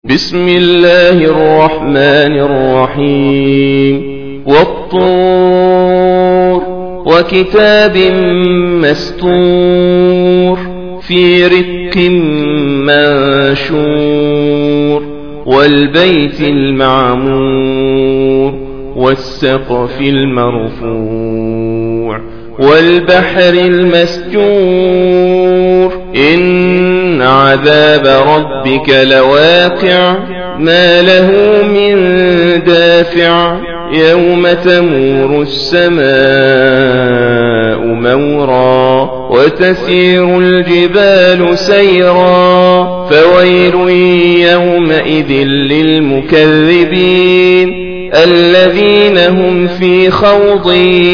بسم الله الرحمن الرحيم والطور وكتاب مستور في رق منشور والبيت المعمور والسقف المرفوع والبحر المسجور إن عذاب ربك لواقع ما له من دافع يوم تمور السماء مورا وتسير الجبال سيرا فويل يومئذ للمكذبين الذين هم في خوض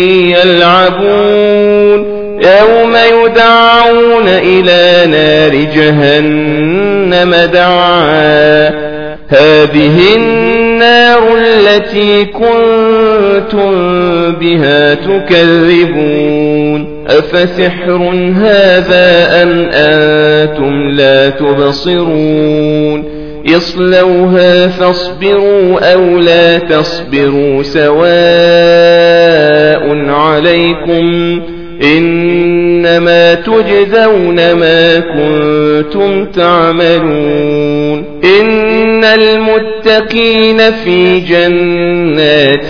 يلعبون يوم يدعون إلى نار جهنم دعا هذه النار التي كنتم بها تكذبون أفسحر هذا أم أنتم لا تبصرون اصلوها فاصبروا أو لا تصبروا سواء عليكم إنما تجزون ما كنتم تعملون إن المتقين في جنات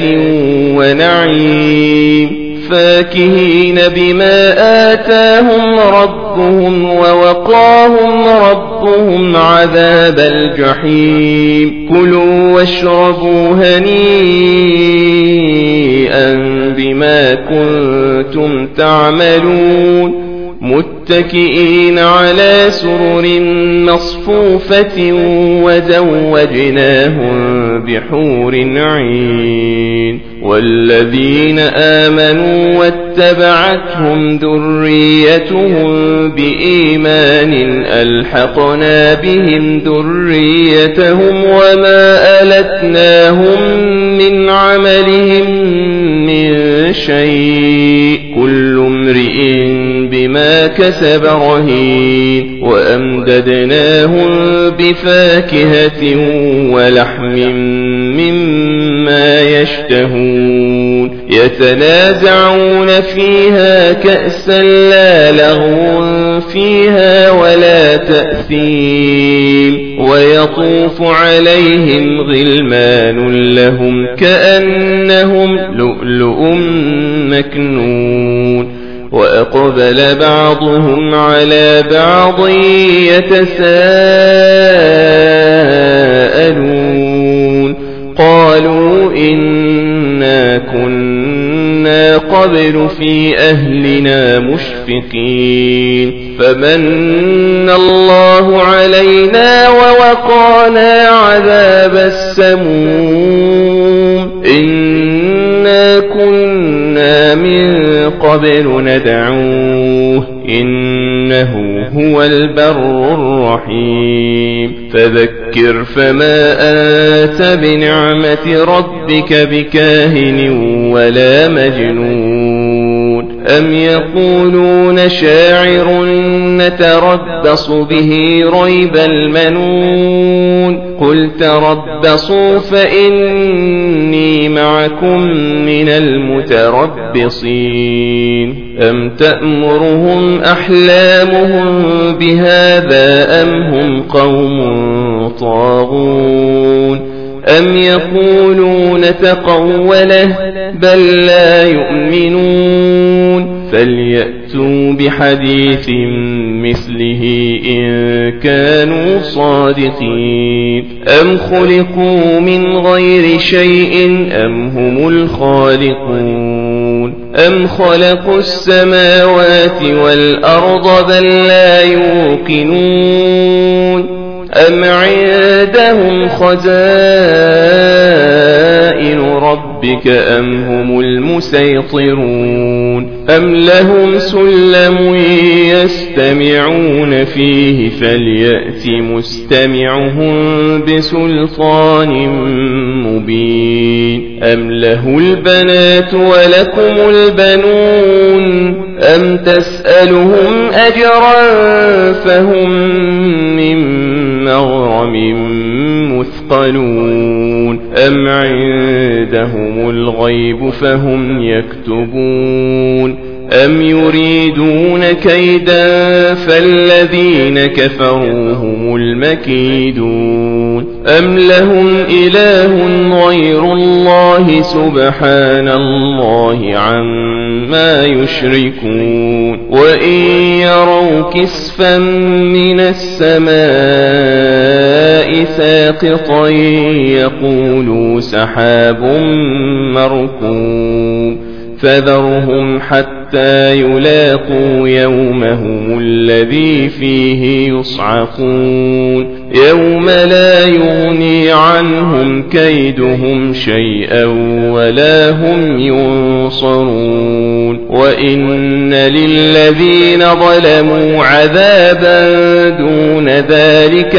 ونعيم فاكهين بما آتاهم ربهم ووقاهم ربهم عذاب الجحيم كلوا واشربوا هنيئا بما كنتم تعملون متكئين على سرر مصفوفة وزوجناهم بحور عين والذين آمنوا واتبعتهم ذريتهم بإيمان ألحقنا بهم ذريتهم وما ألتناهم من عملهم من شيء كل امرئ بما كسب رهين وأمددناهم بفاكهة ولحم مما يشتهون يتنازعون فيها كأسا لا لغو فيها ولا تأثيم ويطوف عليهم غلمان لهم كأنهم لؤلؤ مكنون وأقبل بعضهم على بعض يتساءلون قالوا إنا كنا قبل في أهلنا مشفقين فمن الله علينا ووقانا عذاب السموم إنا كنا من قبل ندعوه إنه هو البر الرحيم فذكر فما أنت بنعمة ربك بكاهن ولا مجنون أم يقولون شاعر نتربص به ريب المنون قل تربصوا فإني معكم من المتربصين أم تأمرهم أحلامهم بهذا أم هم قوم طاغون أم يقولون تقوله بل لا يؤمنون فليأتوا بحديث مثله إن كانوا صادقين أم خلقوا من غير شيء أم هم الخالقون أم خلقوا السماوات والأرض بل لا يوقنون أم عندهم خزائن ربك أم هم المسيطرون أم لهم سلم يستمعون فيه فليأت مستمعهم بسلطان مبين أم له البنات ولكم البنون أم تسألهم أجرا فهم من مغرم مثقلون أم عندهم الغيب فهم يكتبون أم يريدون كيدا فالذين كفروا هم المكيدون أم لهم إله غير الله سبحان الله عما يشركون وإن يروا كسفا من السماء ساقطا يقولوا سحاب مركوم فذرهم حتى يلاقوا يومهم الذي فيه يصعقون يوم لا يغني عنهم كيدهم شيئا ولا هم ينصرون وإن للذين ظلموا عذابا دون ذلك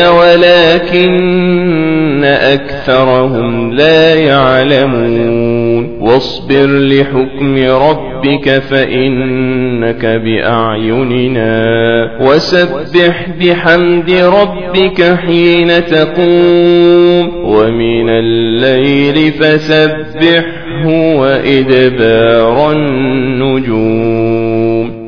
ولكن أكثرهم لا يعلمون واصبر لحكم ربك فإنك بأعيننا وسبح بحمد ربك حين تقوم ومن الليل فسبحه وإدبار النجوم